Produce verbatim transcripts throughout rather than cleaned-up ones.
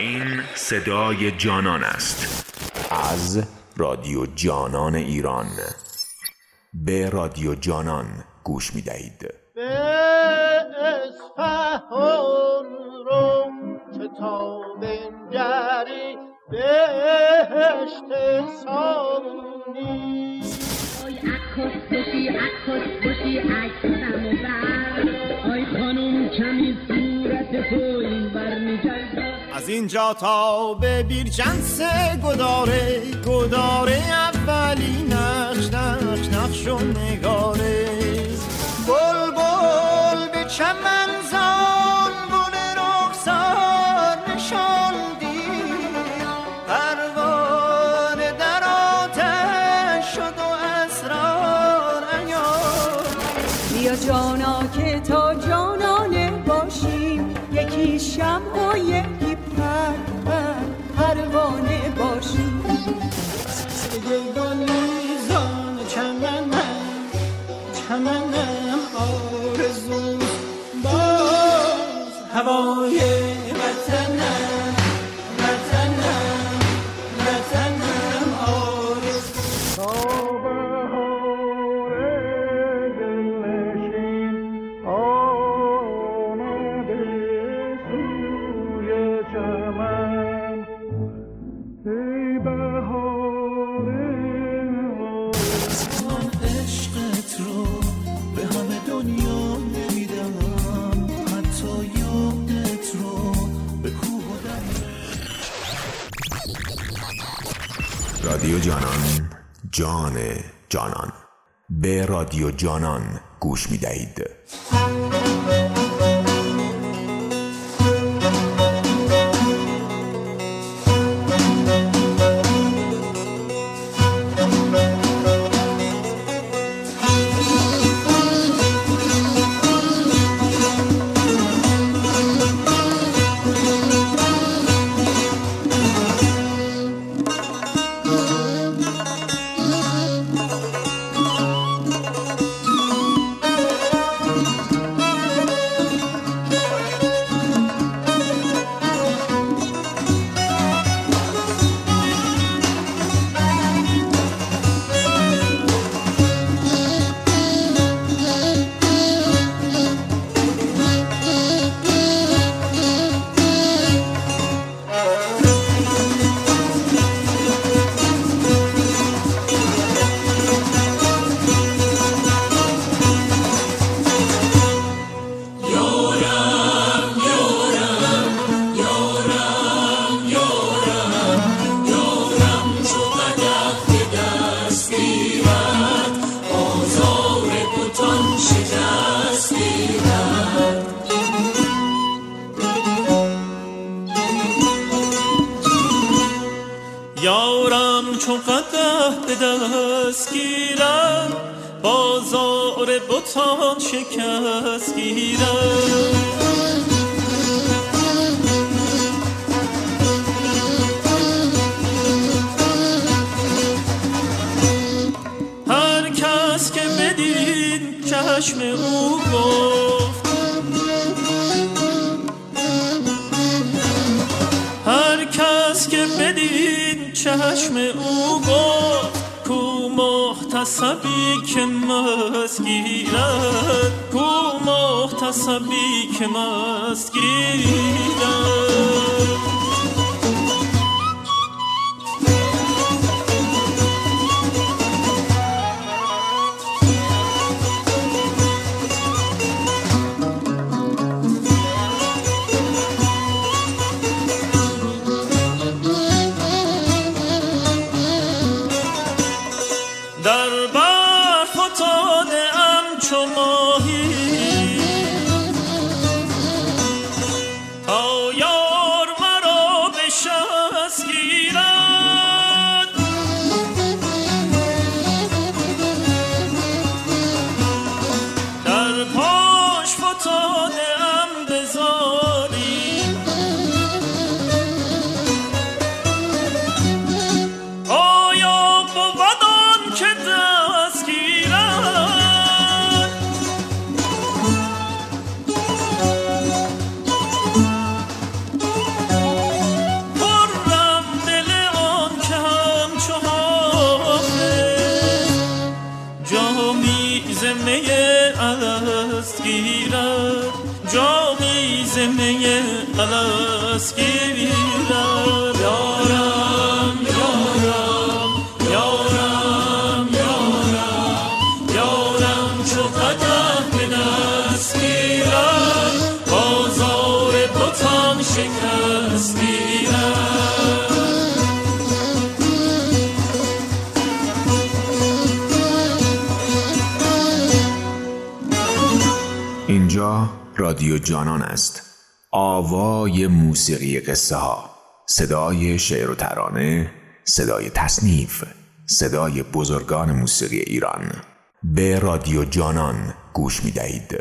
این صدای جانان است. از رادیو جانان ایران به رادیو جانان گوش می دهید. به اصفهان رو که تا بنگری بهشت سامونی آی عکاس باشی عکاس باشی عکسمو بر آی خانم کمی صورت تو این بر می‌گردد از اینجا تا به بیرجنس گداره گداره اولی نقش نقش نقش و نگاره بل بل به چمن زان گل رخسار نشاندی پروانه در آتش شد و اسرار عیان بیا جانا که تا جانانه باشیم یکی شمع و یکی پر پروانه باشیم گلگانیزان چمنم چمنم آرزوست باز هوای وطنم وطنم وطنم آرزوست تا بهار دلنشین آمده سوی چمن ای بهار من عشقت رو به همه دنیا نمیدم حتی یادت رو به کوه و دریاچه. رادیو جانان، جان جانان. به رادیو جانان گوش می دهید. یارم چون قدح به دست گیرم بازار بتان شکست گیرم هر کس که بدید چشم او گفت هر کس که بدید چشم او گفت کو محتسبی که مست گیرد کو محتسبی که مست گیرد زمه الست گیرد جامی زمه الست گیرد یارم یارم یارم یارم یارم چو قدم به دست گیرد بازار بتان شکست گیرد. اینجا رادیو جانان است. آوای موسیقی قصه ها، صدای شعر و ترانه، صدای تصنیف، صدای بزرگان موسیقی ایران. به رادیو جانان گوش می دهید.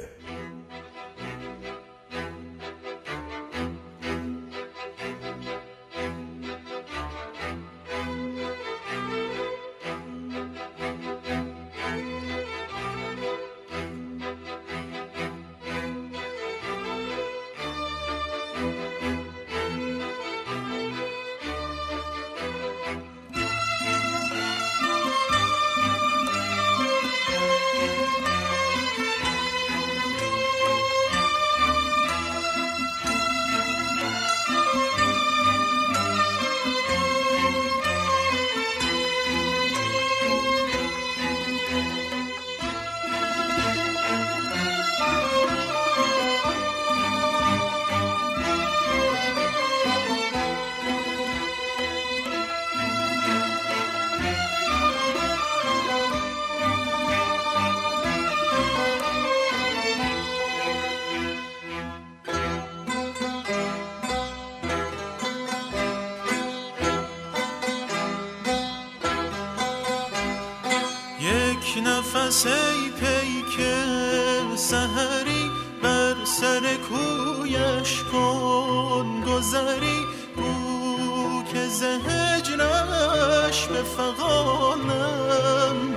نفس ای پیک سحری بر سر کویش کن گذری بو که ز هجرش بفغانم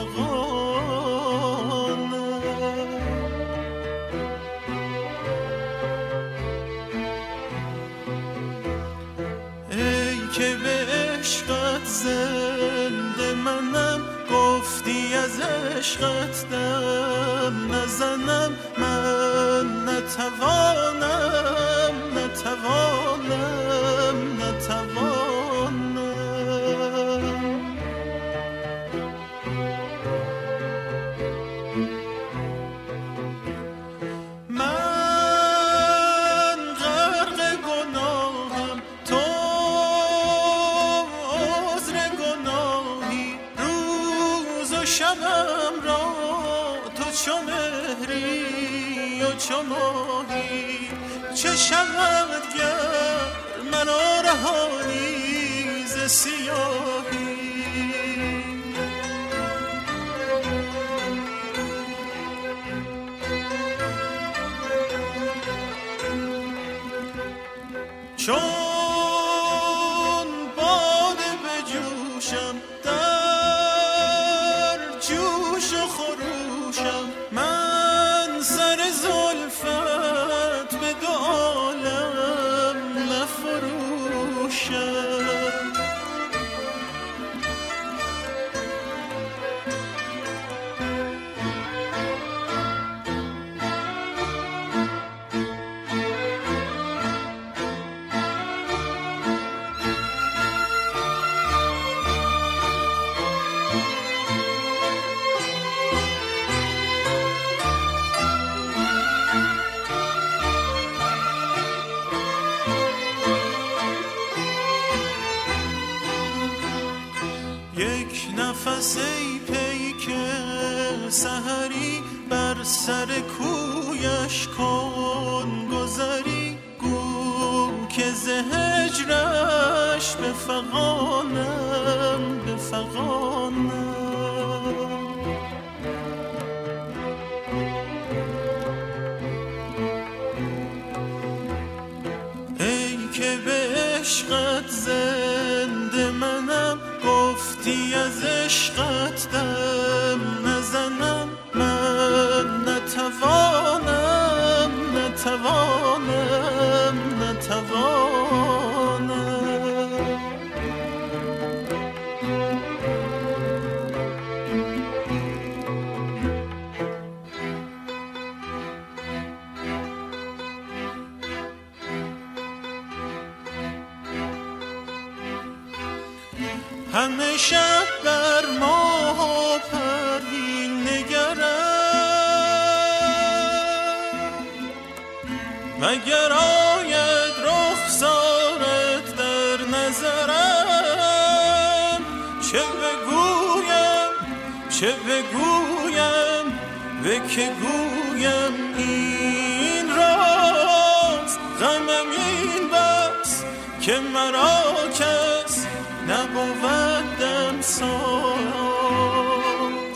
بفغانم ای که به عشقت زنده منم گفتی از عشقت دم نزنم من نتوانم نتوانم نتوانم من غرق گناهم تو عذر گناهی روز و شبم را تو چو مهری و چو ماهی چه شود گر منو رهانی ز سیاهی چون باده بجوشم در جوش و خروشم من سر زلفت به دو عالم نفروشم یک نفس ای پیک سحری بر سر کویش کن گذری گو که ز هجرش بفغانم بفغانم ای که به عشقت زنده منم گفتی از عشقت دم نزنم من نتوانم نتوانم نتوانم همه شب بر ماه و پروین نگرم، مگر آید رخسارت در نظرم. چه بگویم چه بگویم به که گویم این راز، غمم این بس که مرا کس نبود دمساز.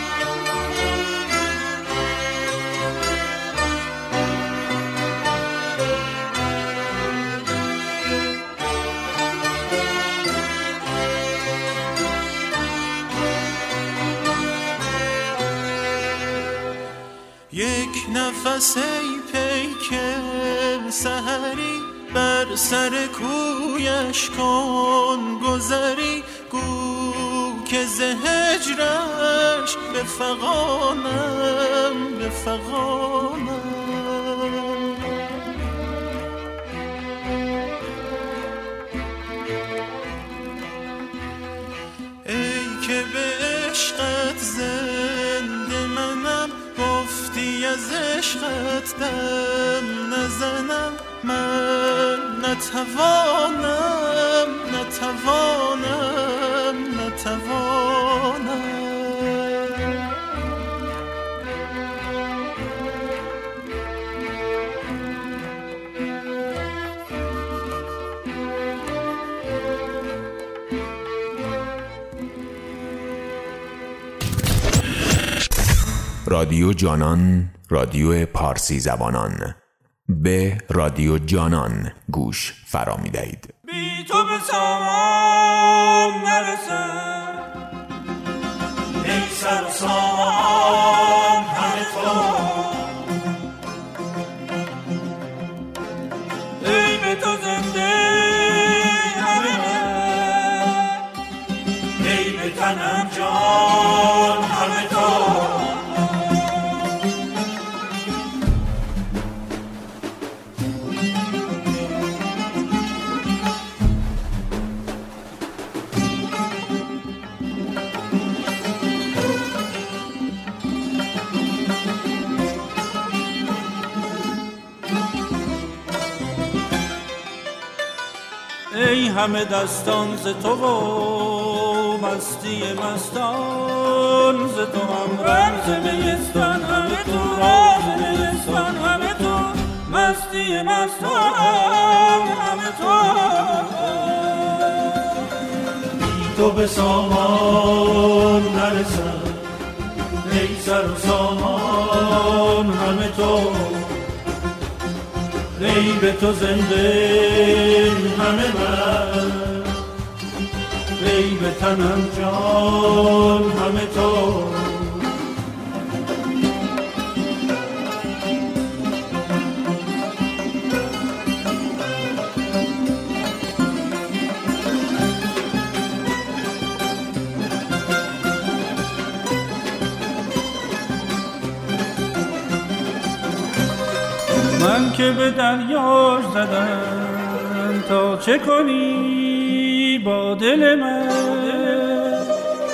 یک نفس ای پیک سحری، بر سر کویش کن گذری، گو که ز هجرش بفغانم بفغانم. ای که به عشقت زنده منم، گفتی از عشقت دم نزنم، من نتوانم نتوانم نتوانم. رادیو جانان، رادیو پارسی زبانان. به رادیو جانان گوش فرا می دهید. بی تو به سامان نرسم، ای سر و سامان همه تو، ای به تو زنده همه من، ای به تنم جان همه تو. ای همه دستان ز تو و مستی مستان ز تو، هم رمز میستان همه تو، راز میستان همه تو، مستی مستان همه تو. بی تو به سامان نرسم، ای سر و سامان همه تو، ای به تو زنده همه من، ای به تنم جان همه تو. من که به دریاش زدم تا چه کنی با دل من،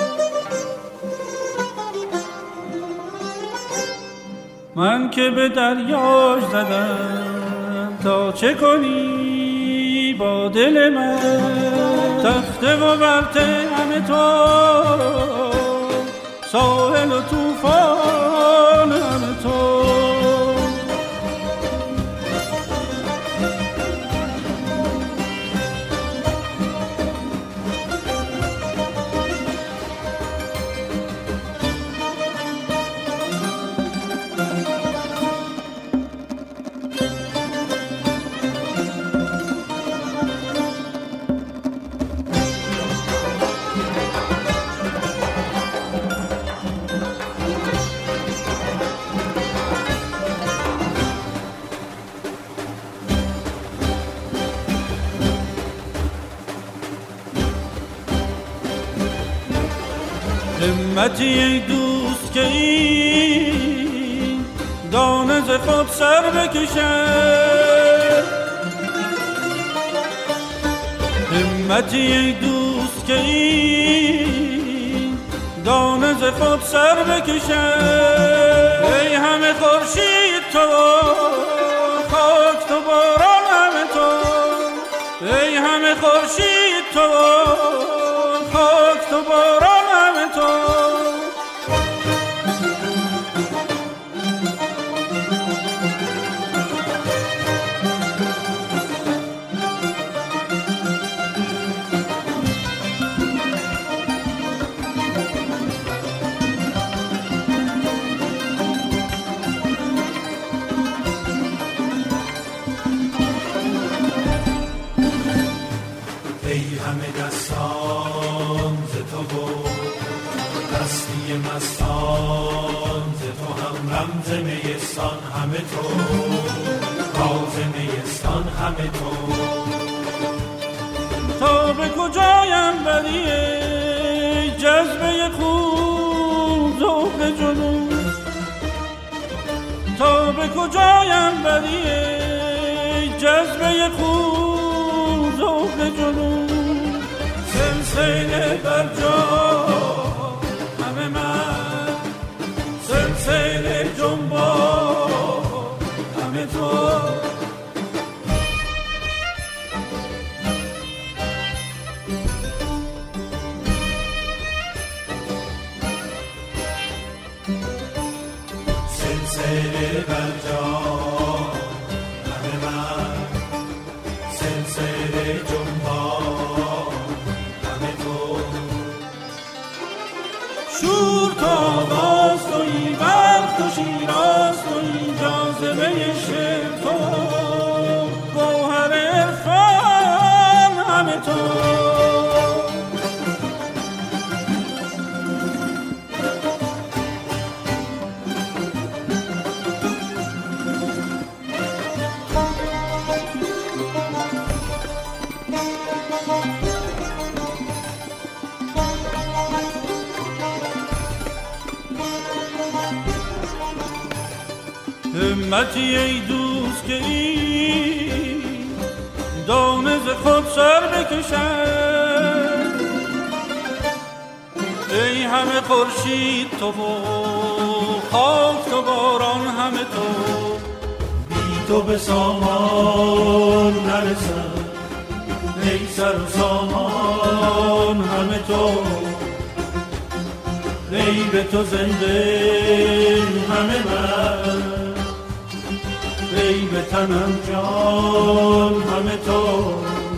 من که به دریاش زدم تا چه کنی با دل من. تخته و ورته همه تو، ساحل و طوفان همه تو. همتی ای دوست که این دانه ز خود سر بکشد، همتی ای دوست که این دانه ز خود سر بکشه. ای همه خورشید تو خاک تو باران همه تو، ای همه خورشید تو خاک تو باران همه تو. همه تو کاظمیستان همه تو. تا به کجایم بری ای جذبه خون ذوق جنون، تا به کجایم بری ای جذبه خون ذوق جنون. سلسله بر جا همه من، سلسله جنبا همه تو. سلسله بر جا همه من، سلسله جنبا همه تو. شور تا باز تویی وقت و شیراز تویی جاذبه شعر تو، گوهر عرفان همه تو. همتی ای دوست که این دانه ز خود سر بکشد. ای همه خورشید تو و خاک تو باران همه تو. بی تو به سامان نرسم، ای سر و سامان همه تو. ای به تو زنده همه من، ای به تنم جان همه تو.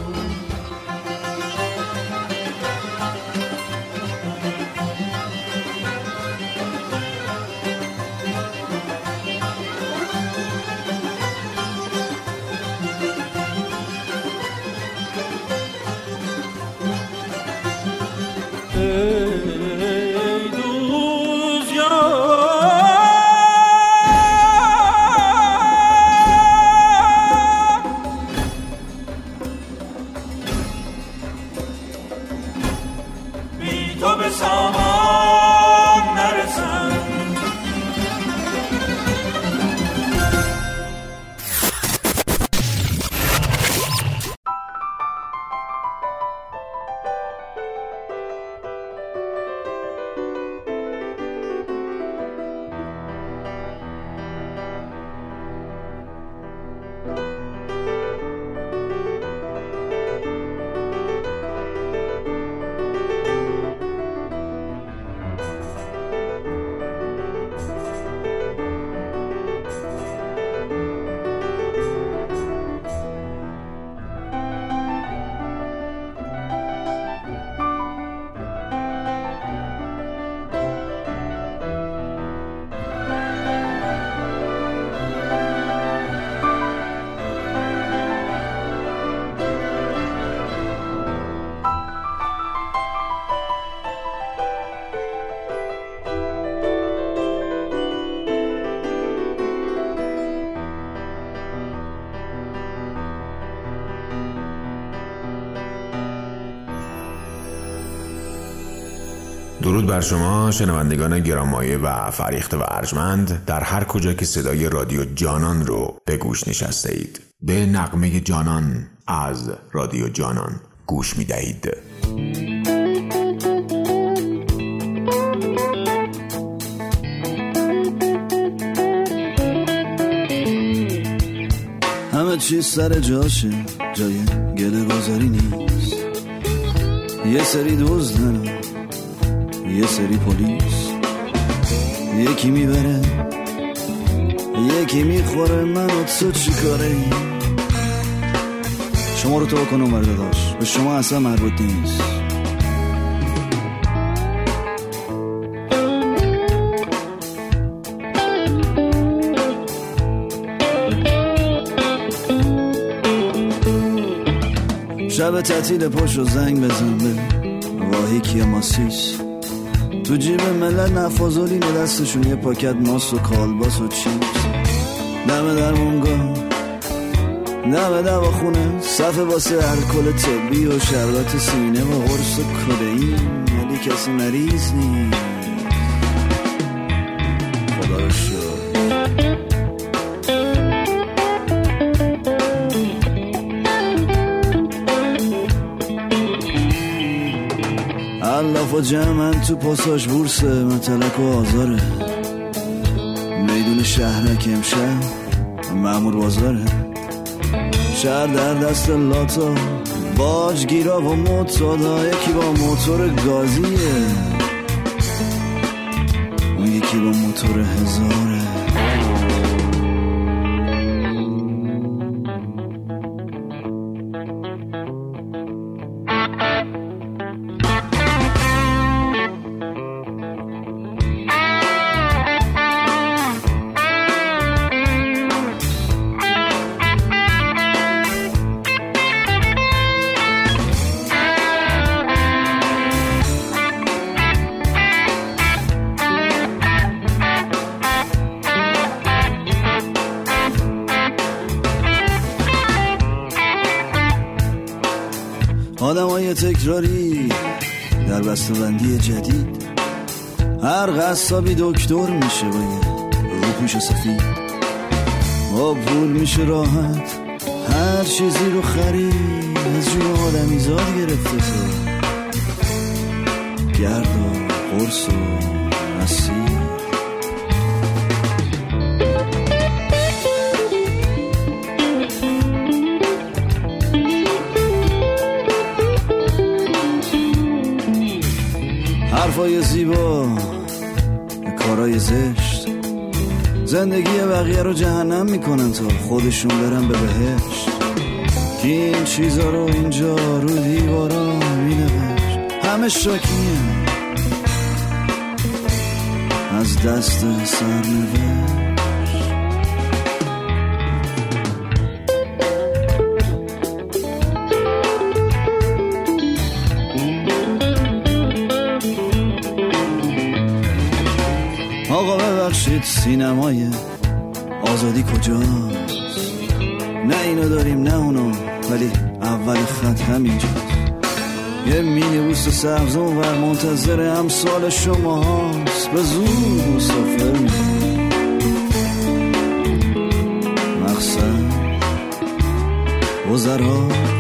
درود بر شما شنوندگان گرانمایه و فریخته و ارجمند در هر کجا که صدای رادیو جانان رو به گوش نشسته اید. به نغمه جانان از رادیو جانان گوش می دهید. چیز سر جاشه، جای گله گذاری نیست. یه سری دزدن یه سری پلیس، یکی میبره یکی میخوره، من و تو چی کاره ای؟ شما رو تو بکنم مرده داشت، به شما اصلا مربوط نیست. شب تعطیل پشت و زنگ بزن به واهی کیا ماسیس، تو جیب ملت نفاذالین دستشون یه پاکت ماست و کالباس و چیپس. دم در مونگا دم دوا خونه، صفحه واسه الکل طبی و شربت سینه و قرص و کدئین، ولی کسی مریض نیست. خدا رو شکر. الاف و جمعن تو پاساژ بورسه، متلک و آزاره، میدون شهرک امشب مأمور بازاره. شهر در دست لاتا، باج گیرا و معتادا، یکی با موتور گازیه، اون یکی با موتور هزاره. آدمای تکراری در بسته‌بندی جدید، هر قصابی دکتر میشه با یه روپوش سفید. با پول میشه راحت هر چیزی رو خرید، از جون آدمی زاد گرفته تو گرد و قرص و مسیر. حرفای زیبا، کارای زشت، زندگی بقیه رو جهنم میکنن تا خودشون برن به بهشت. که این چیزا رو اینجا رو دیوارا مینوشت، همه شاکیه از دست سرنوشت. آقا ببخشید سینمای آزادی کجاست؟ نه اینو داریم نه اونو، ولی اول خط همینجاست. یه مینیبوس سبز اونور منتظر امثال شما هاست، به زور مسافر میره مقصد وزراست.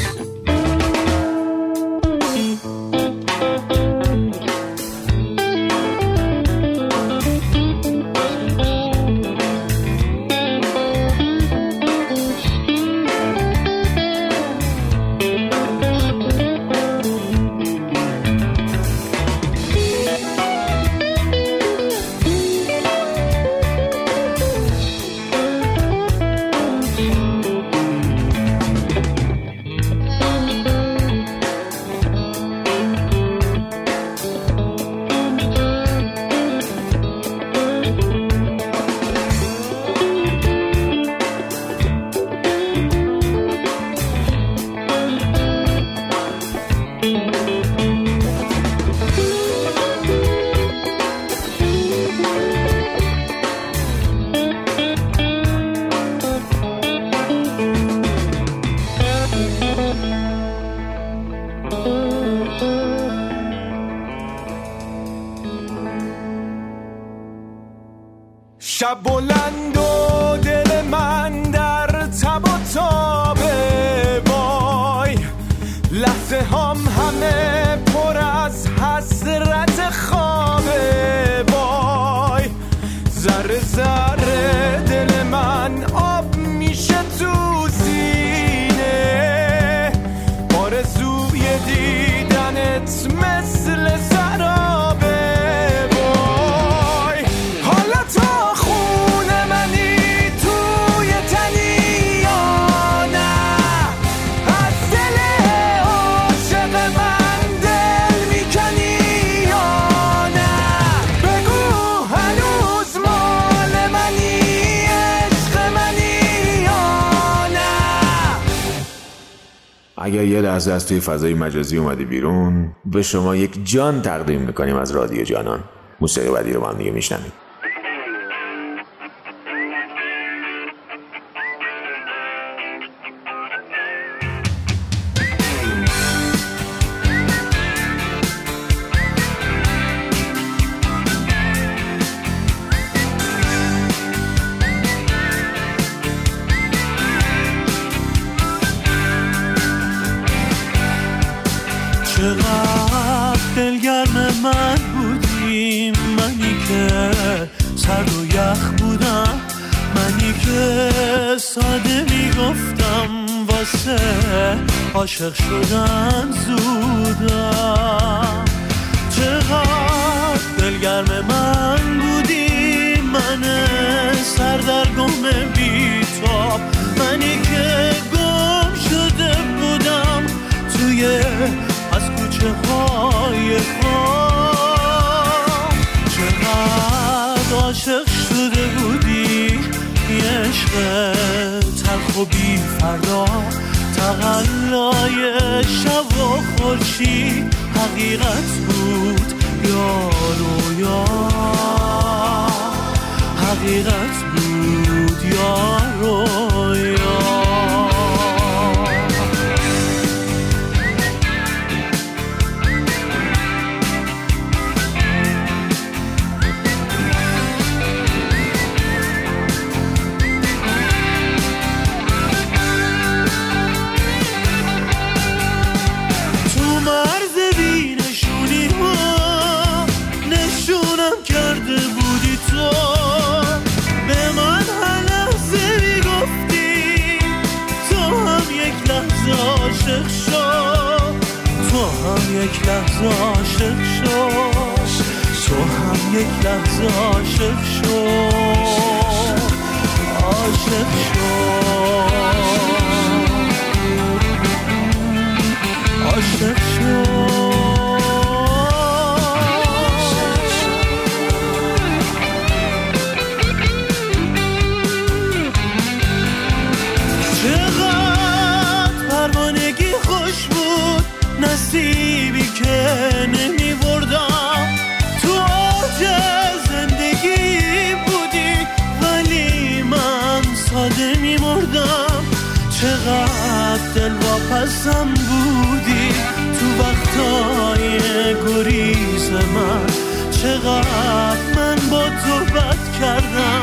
شب بلند و دل من در تب و تابه، وای لحظه هم همه پر از حسرت خوابه، وای ذره ذره دل من آب میشه تو اگر یه لحظه از توی فضای مجازی اومدی بیرون، به شما یک جان تقدیم میکنیم از رادیو جانان. موسیقی بعدی رو با هم دیگه میشنویم. چقدر دلگرم من بودیم، منی که سرد و یخ بودم، منی که ساده میگفتم واسه عاشق شدن زودم. چقدر دلگرم من بودیم، من سردرگم بی‌تاب، منی که گم شده بودم توی از کوچه های خواب. چقدر عاشق شده بودی، یه عشق تلخ و بی فردا، تقلای شب و خورشید حقیقت بود یا رویا، حقیقت بود یا رویا. عاشق شو، تو هم یک لحظه عاشق شو، تو هم یک لحظه عاشق شو، عاشق شو، عاشق شو. نصیبی که نمی بردم، تو آج زندگی بودی ولی من ساده می مردم. چقدر دل واپسم بودی تو وقتای گریز من، چقدر من با تو بد کردم،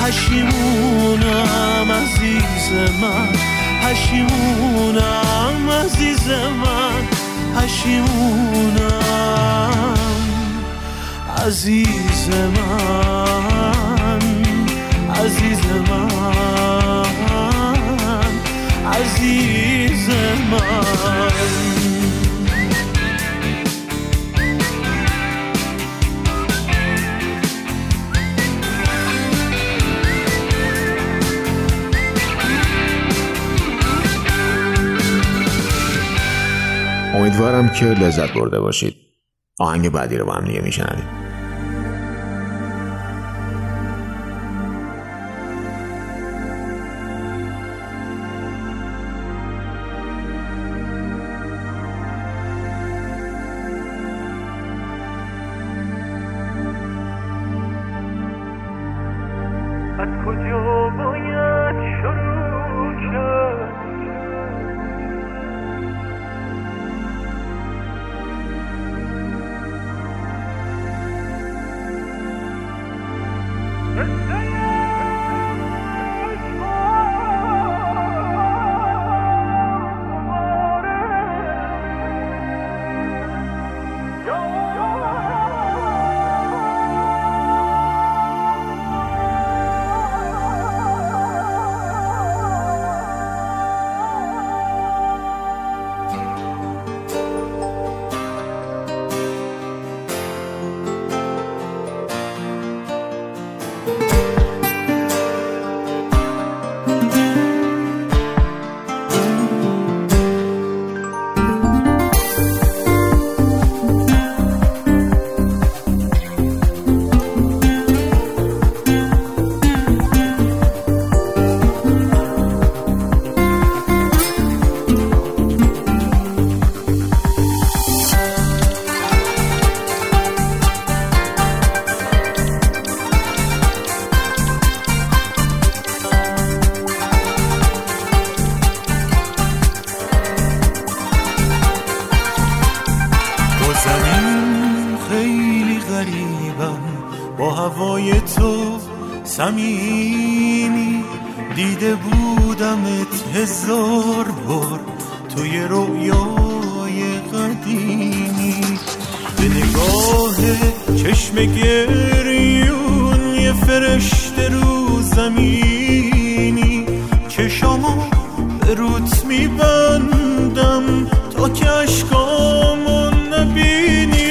پشیمونم عزیز من، پشیمونم عزیز من، پشیمونم عزیز من، عزیز من، عزیز من. امیدوارم که لذت برده باشید. آهنگ بعدی رو با هم دیگه میشنویم. از کجا باید شروع کرد، صمیمی دیده بودمت هزار بار توی رویای قدیمی، به نگاه چشم گریون یه فرشته رو زمینی، چشامو به روت میبندم تا که اشکامو نبینی.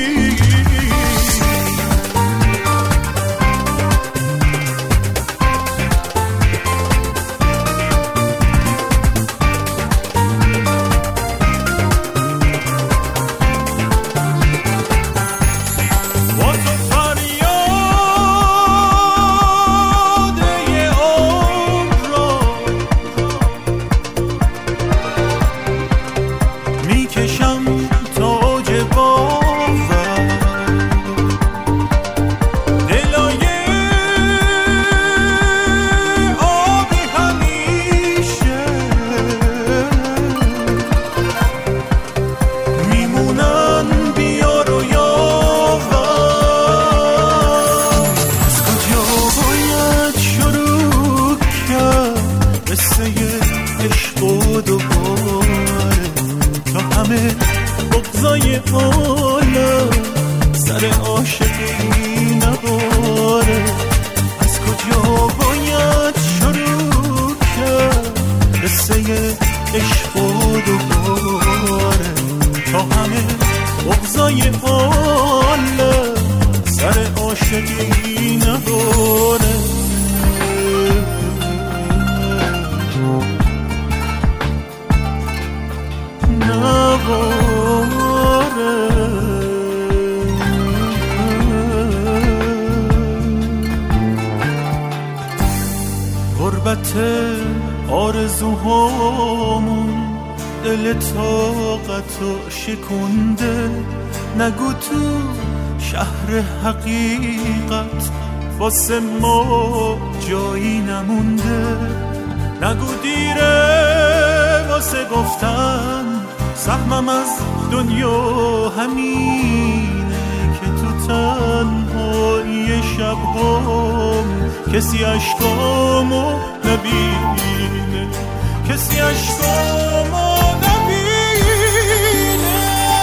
آرزوهامون دل طاقتو شکنده، نگو تو شهر حقیقت واسه ما جایی نمونده، نگو دیره واسه گفتن سهمم از دنیا همینه که تو تنهایی شبهام کسی عشقامو نبینه، کسی عشقامو نبینه.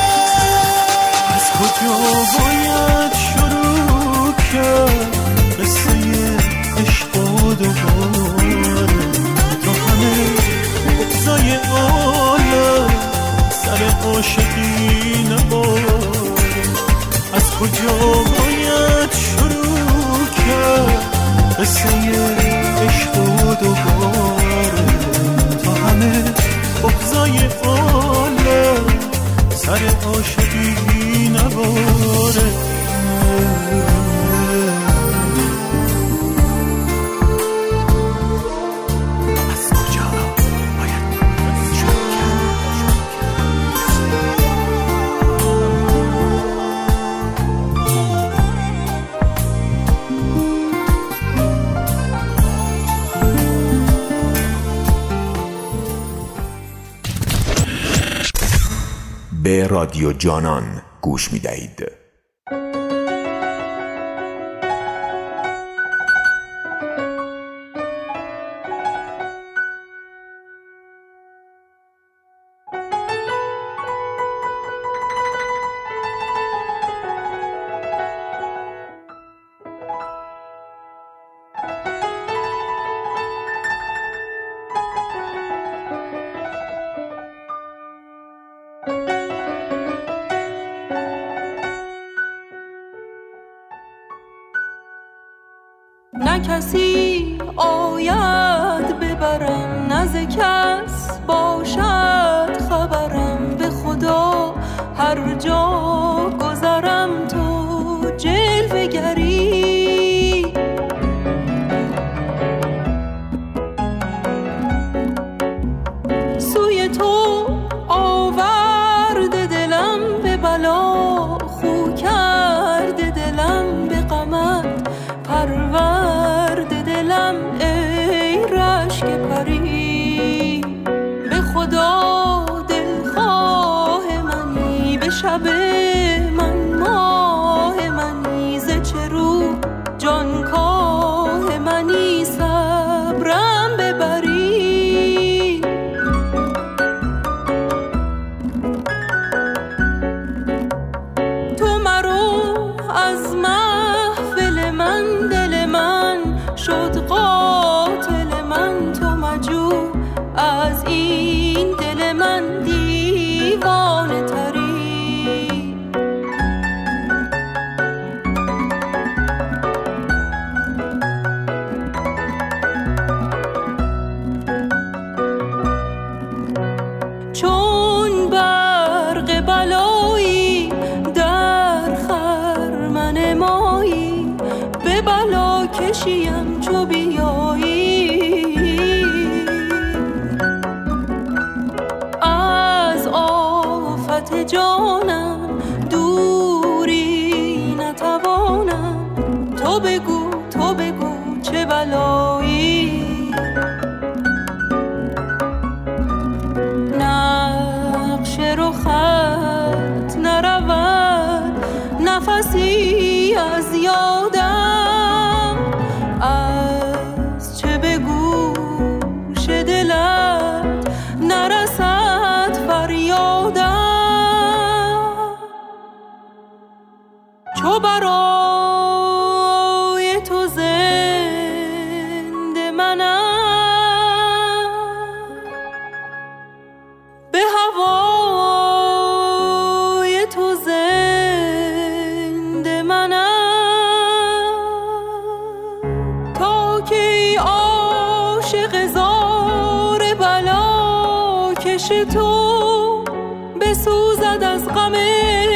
از کجا باید شروع کرد قصه عشق و دوباره، تا همه بغضای عالم سر عاشقی نباره. از کجا باید شروع کرد قصه عشق و دوباره، تا همه بغضای عالم سر عاشقی نباره. به رادیو جانان گوش می دهید. نه کسی آید ببرم، نه ز کس باشد خبرم، به خدا هر جا گذرم تو جلوه گری. سوی تو آورد دلم به بلا، خو کرد دلم به غمت پرورد دلم ای رشک به خدا دلخواه منی، به شب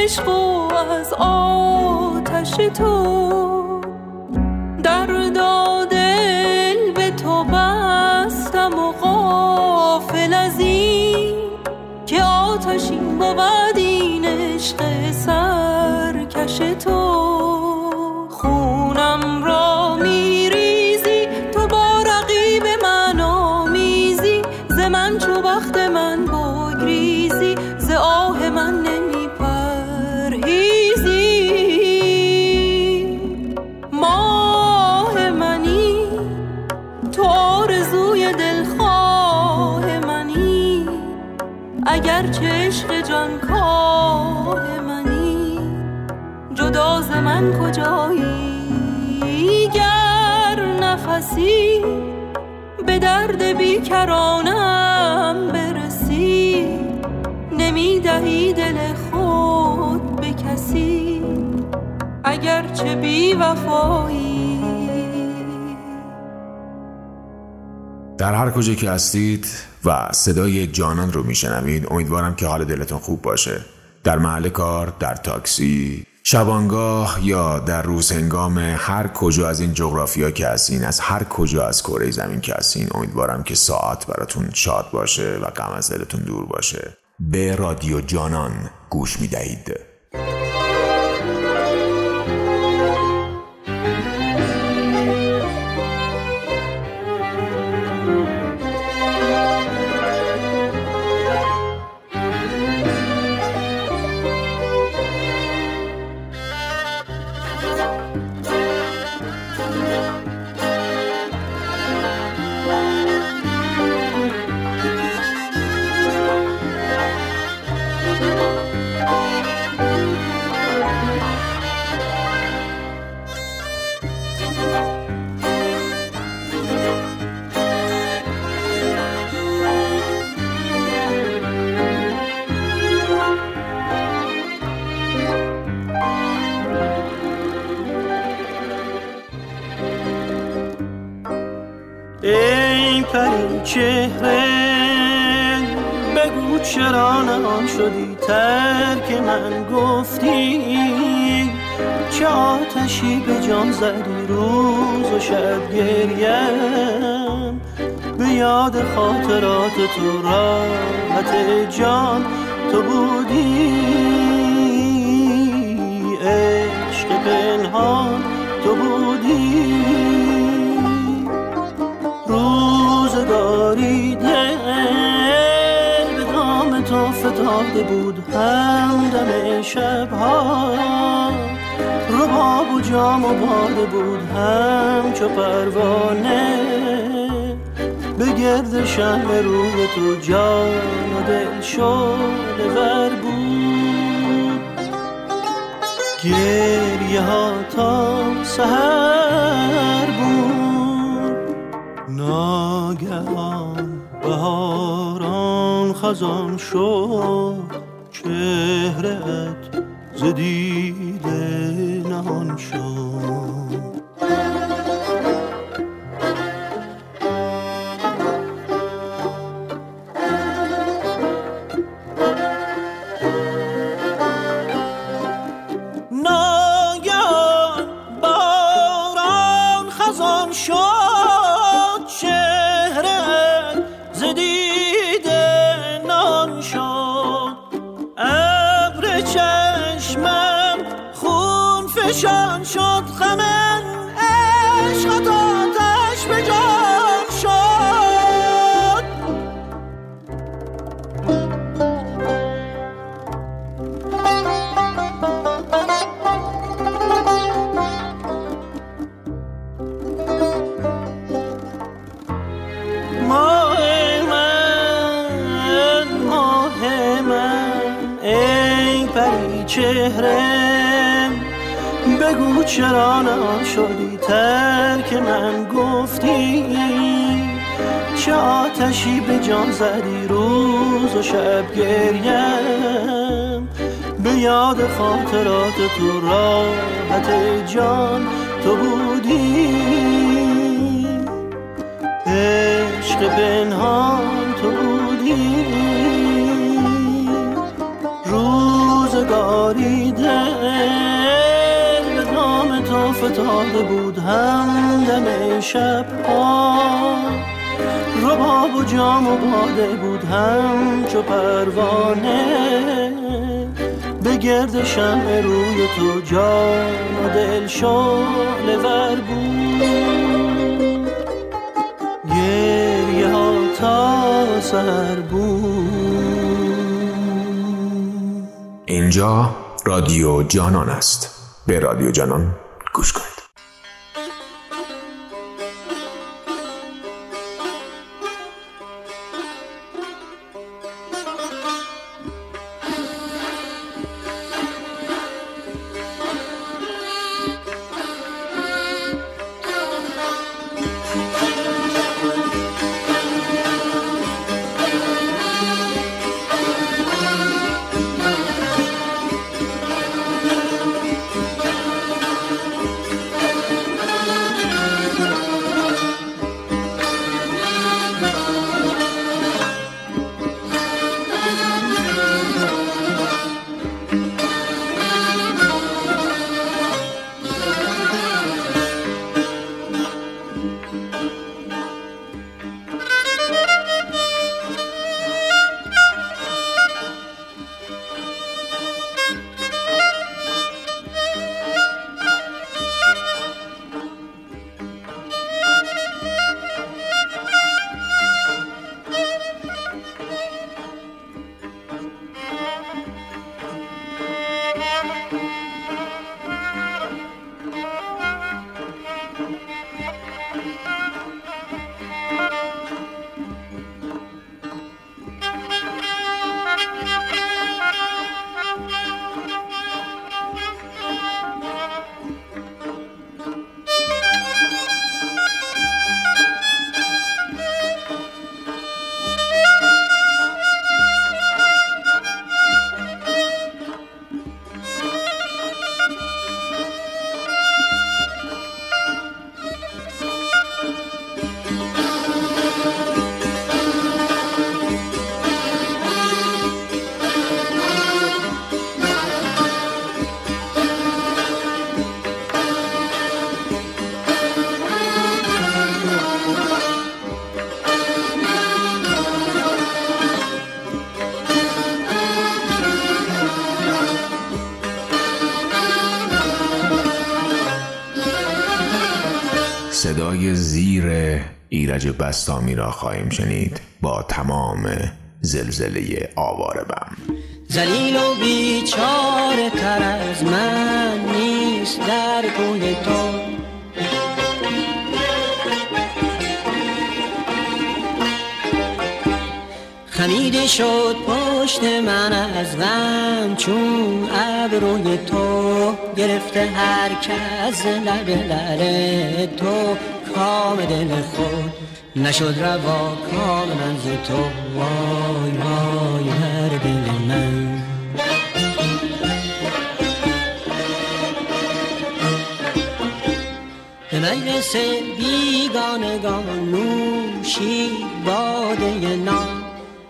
عشق و از آتش تو، دردا دل به تو بستم و غافل از این که آتشین بود این عشق سرکش تو. خونم را میریزی تو با رقیب من آمیزی، ز من چو وقت من بگریزی، ز آه من نمی پرهیزی. ماه منی تو آرزوی دلخواه منی، اگر چه عشق جانکاه منی، جدا ز من کجایی؟ گر نفسی به درد بیکرانم برسی، نمی دهی دل خود به کسی، اگر چه بی وفایی. در هر کجا که هستید و صدای جانان رو میشنوید، امیدوارم که حال دلتون خوب باشه. در محل کار، در تاکسی، شبانگاه یا در روز هنگام، هر کجا از این جغرافیا که هستین، از هر کجا از کره زمین که هستین، امیدوارم که ساعت براتون شاد باشه و غم از دلتون دور باشه. به رادیو جانان گوش میدهید. ای پری چهره بگو چرا نهان شدی، ترک من گفتی، چه آتشی به جان زدی، روز و شب گریم به یاد خاطرات تو، راحت جان تو بودی، عشق پنهان تو بودی، روزگاری دل به دام تو فتاده بود، همدم شبها رباب و جام و باده بود، همچو پروانه به گرد شمع روی تو، جان و دل شعله ور بود، گریه ها تا سحر بود، ناگهان بهاران خزان شد، چهره‌ات ز دیده نهان شد. ناگهان بهاران خزان شد، چهره‌ات ز دیده نهان شد، ابر چشمم خون فشان شد، غم عشقت آتش به جان شد. ماه من ماه من ای پری چهره بگو چرا نهان شدی، ترک من گفتی، چه آتشی به جان زدی، روز و شب گریم به یاد خاطرات تو، راحت جان تو بودی، عشق پنهان تو بودی، روزگاری افتاده بود همدم شبها، رباب و جام و باده بود همچو پروانه، به گرد شمع روی تو جان و دل شعله ور بود، گریه ها تا سر بود. اینجا رادیو جانان است. به رادیو جانان گوش کنید. صدای زیر ایرج بسطامی را خواهیم شنید با تمام زلزله آواره بم. ذلیل و بیچاره تر از من نیست در کوی تو، خمیده شد پشت من از غم چون ابروی تو، گرفته هر کس لب لعل تو، کام دل خود نشد روا کام من ز تو، وای وای هر دل من. به مجلس بیگانگان نوشید باده نام،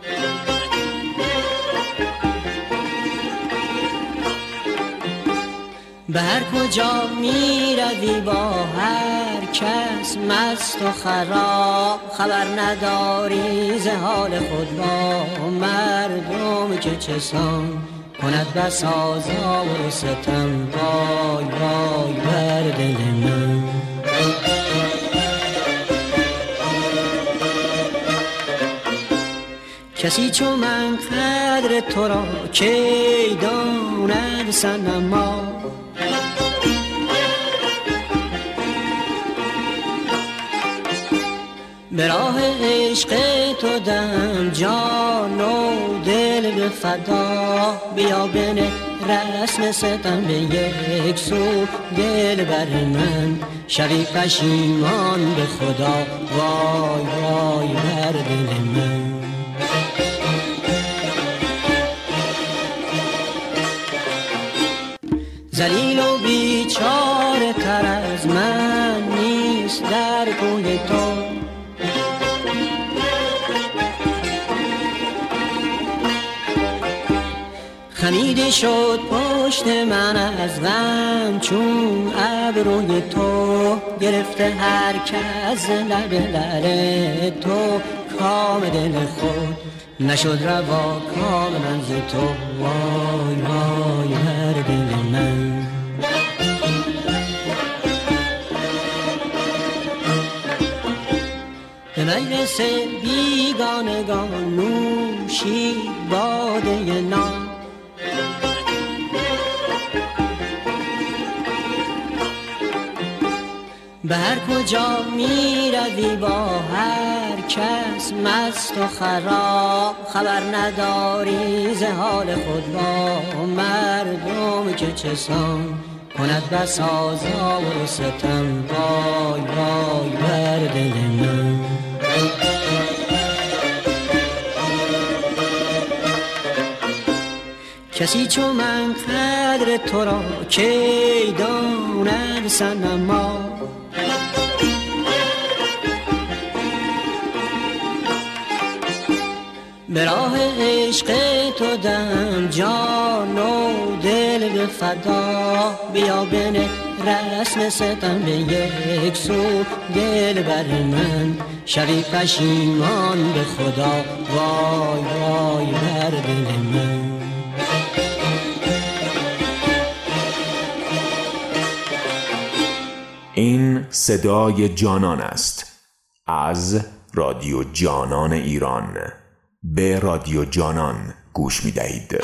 به هر کجا می روی با هر کس مست و خراب، خبر نداری ز حال خود با مردم که چسان کند بس آزار و ستم، وای وای بر دل من. کسی چو من قدر تو را کی داند صنما، به راه عشق تو دم جان و دل به فدا، بیا بنه رسم ستم به یک سو دل بر من، شوی پشیمان به خدا، وای وای بر دل من. ذلیل و بیچاره تر از من نیست در کوی تو، خمیده شد پشت من از غم چون ابروی تو گرفته هر کس لب لعل تو کام دل خود نشد روا کام من ز تو وای وای هر دل من به مجلس بیگانگان نوشید باده نام به هر کجا می روی با هر کس مست و خراب خبر نداری ز حال خود با مردم که چسان کند بس آزار و ستم وای وای بر دل من کسی چون من قدر تو را کی داند صنما به راه عشق تو دم جان و دل به فدا بیا بنه رسم ستم به یک سو دل بر من شوی پشیمان به خدا وای وای بر دل من این صدای جانان است از رادیو جانان ایران. به رادیو جانان گوش می دهید.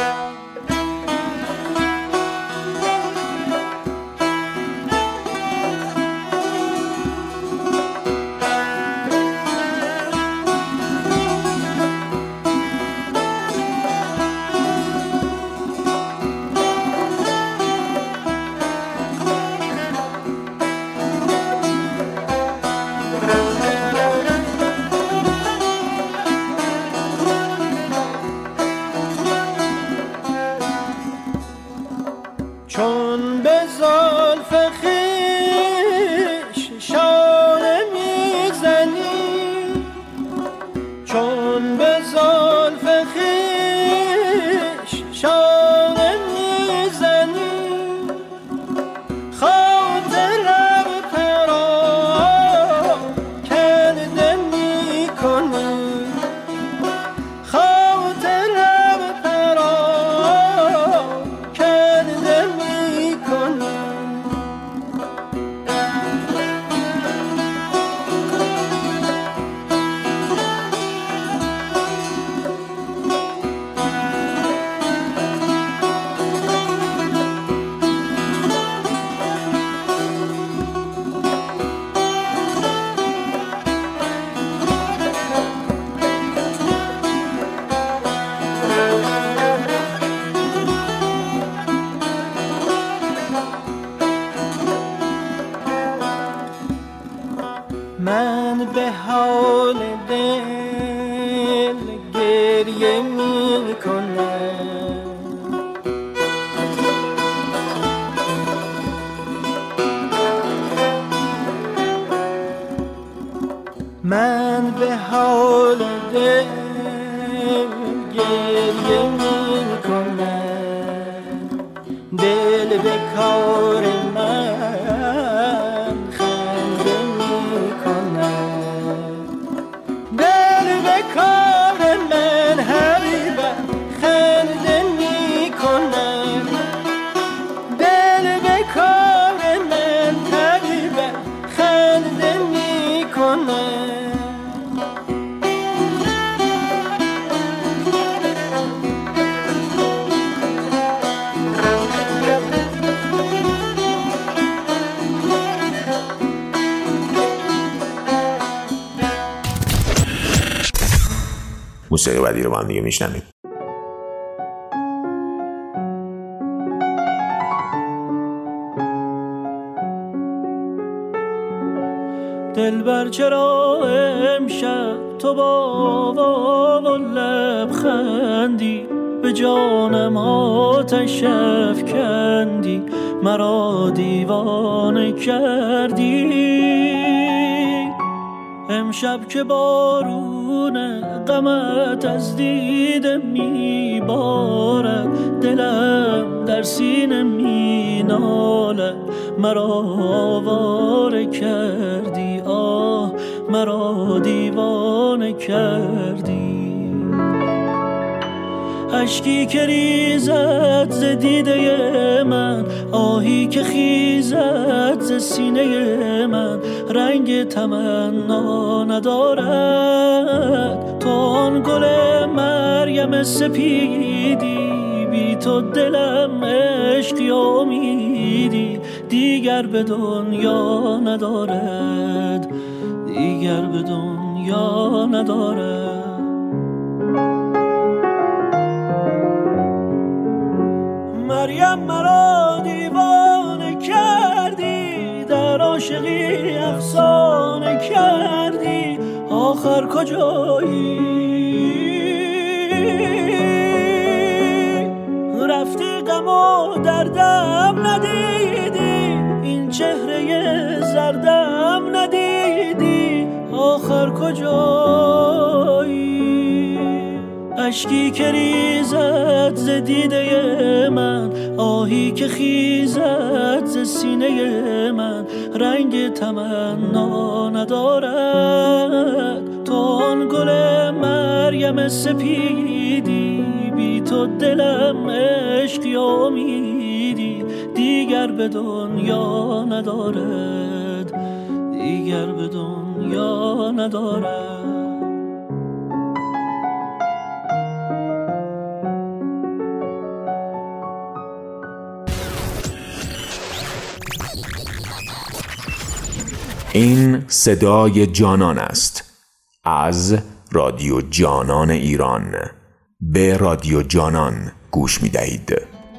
من به حال دل گریه می کنم من به حال دل گریه می کنم دل به کار من خنده می کنم دل به کار من حبیبم خنده می کنم دل به کار من حبیبم خنده می کنم موسیقی بعدی رو با هم دیگه میشنویم. دلبر چرا امشب تو با و لبخندی به جانم آتش افکندی مرا دیوانه کردی امشب که بارون غمت از دیده میبارد، دلم در سینه مینالد، مرا آواره کردی، آه مرا دیوانه کردی. اشکی که ریزد ز دیده من، آهی که خیزد ز سینه من، رنگ تمنا ندارد تو آن گل مریم سپیدی. بی تو دلم عشقی امیدی دیگر به دنیا ندارد، دیگر به دنیا ندارد. مریم مرا دیوانه کردی، در عاشقی افسانه کردی، آخر کجایی؟ رفتی غم و دردم ندیدی، این چهره زردم ندیدی، آخر کجایی؟ اشکی که ریزد ز دیده من، آهی که خیزد ز سینه من، رنگ تمنا ندارد تو آن گل مریم سپیدی. بی تو دلم عشقی امیدی دیگر به دنیا ندارد، دیگر به دنیا ندارد. این صدای جانان است از رادیو جانان ایران. به رادیو جانان گوش می دهید.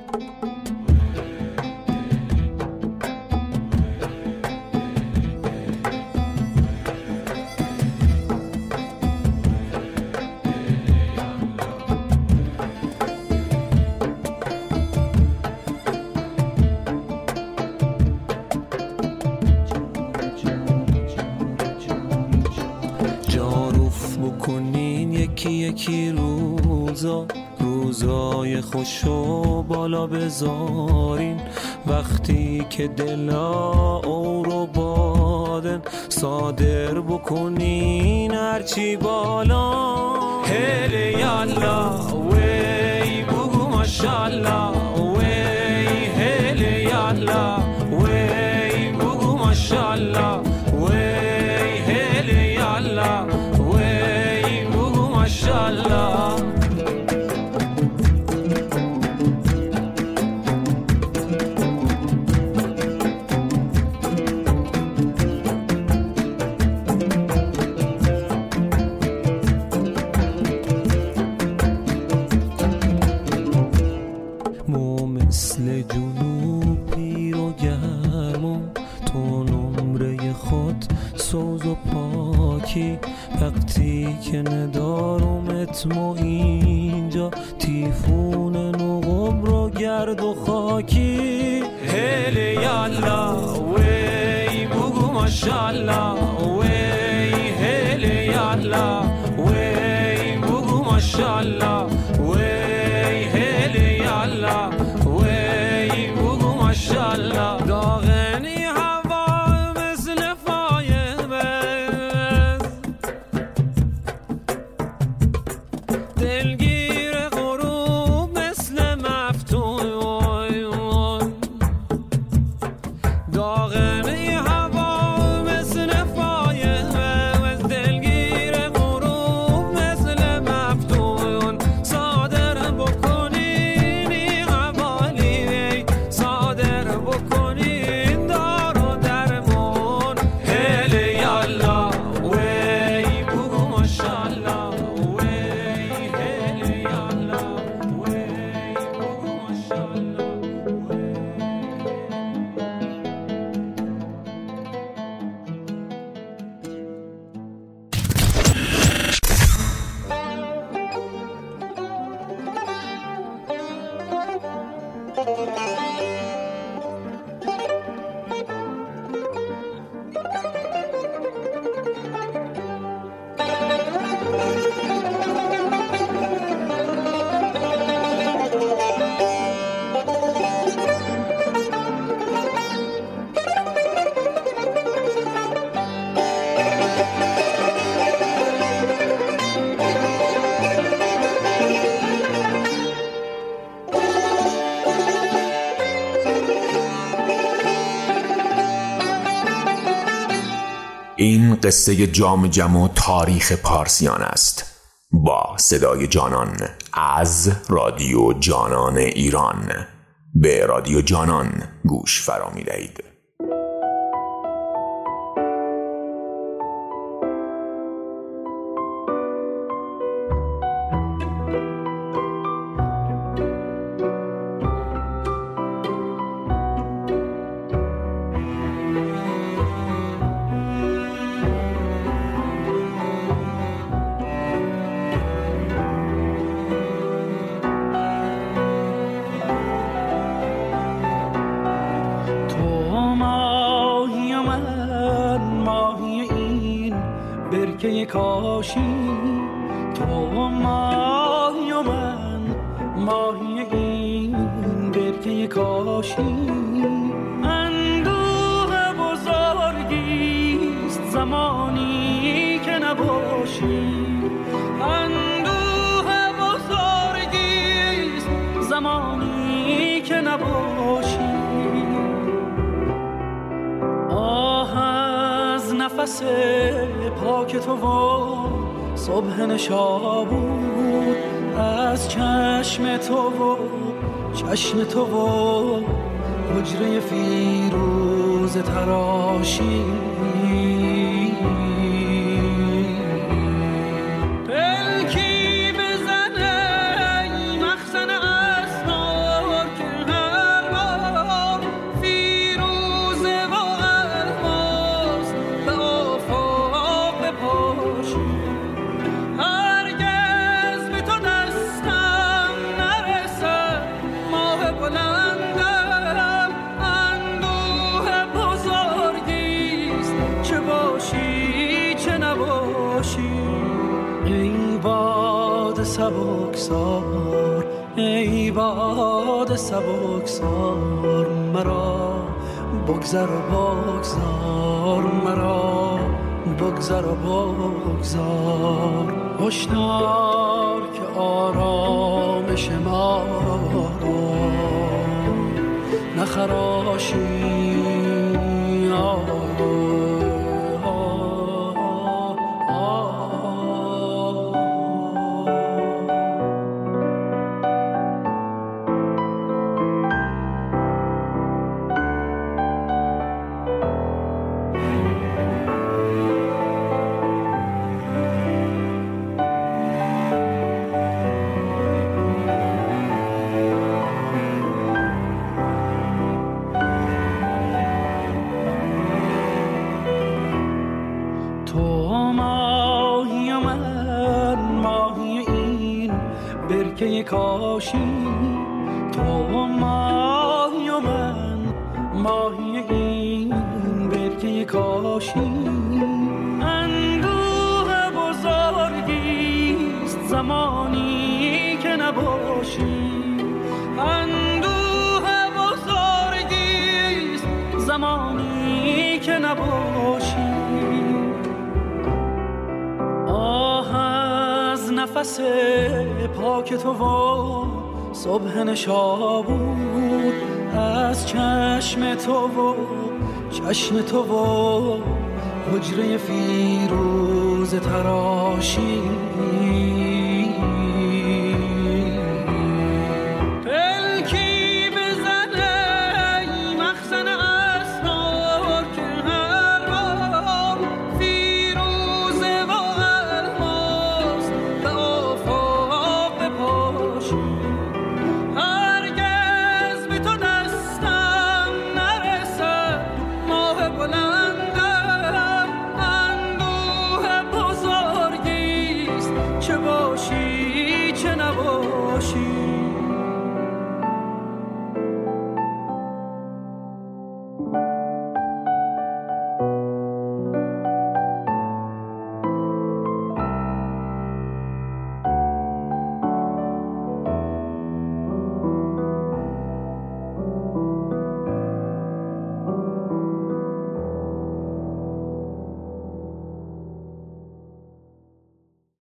روزای خوشو بالا بذارین، وقتی که دلا او رو بادن صادر بکنین هرچی بالا. هلی یالا وی بگو ماشالله، وی هلی یالا وی بگو ماشالله، وی هلی یالا وی بگو ماشالله. سوز و پاکی وقتی که ندارمت ما اینجا، تیفون نقم رو گرد و خاکی. هلی یالا وی بگو ماشالله، وی هلی یالا وی بگو ماشالله، وی هلی یالا وی بگو ماشالله. داغنی قصه جام جم و تاریخ پارسیان است با صدای جانان از رادیو جانان ایران. به رادیو جانان گوش فرا می دهید. کاشی تو ماهی و من ماهی این برکه کاشی اندوه بزرگیست زمانی که نباشی اندوه بزرگیست زمانی که نباشی آه از نفس پاک تو و صبح نشابود از چشم تو و چشم تو و حجره فیروز تراشی پلکی بزنه ای مخزن اسرار که هر بار فیروزه و الماس به آفاق بپاشی هرگز به تو دستم نرسد ماه بلندم اندوه بزرگیست چه باشی چه نباشی ای باد سبکسار ای باد سبکسار مرا بگذر و بگذار مرا بگذر و بگذار هشدار که آرامش ما نخراشی کاشی تو ماهی و من ماهی این برکه کاشی اندوه بزرگیست زمانی که نباشی اندوه بزرگیست زمانی که نباشی آه از نفس پاک تو و صبح نشابود از چشم تو و چشم تو و حجره فیروز تراشی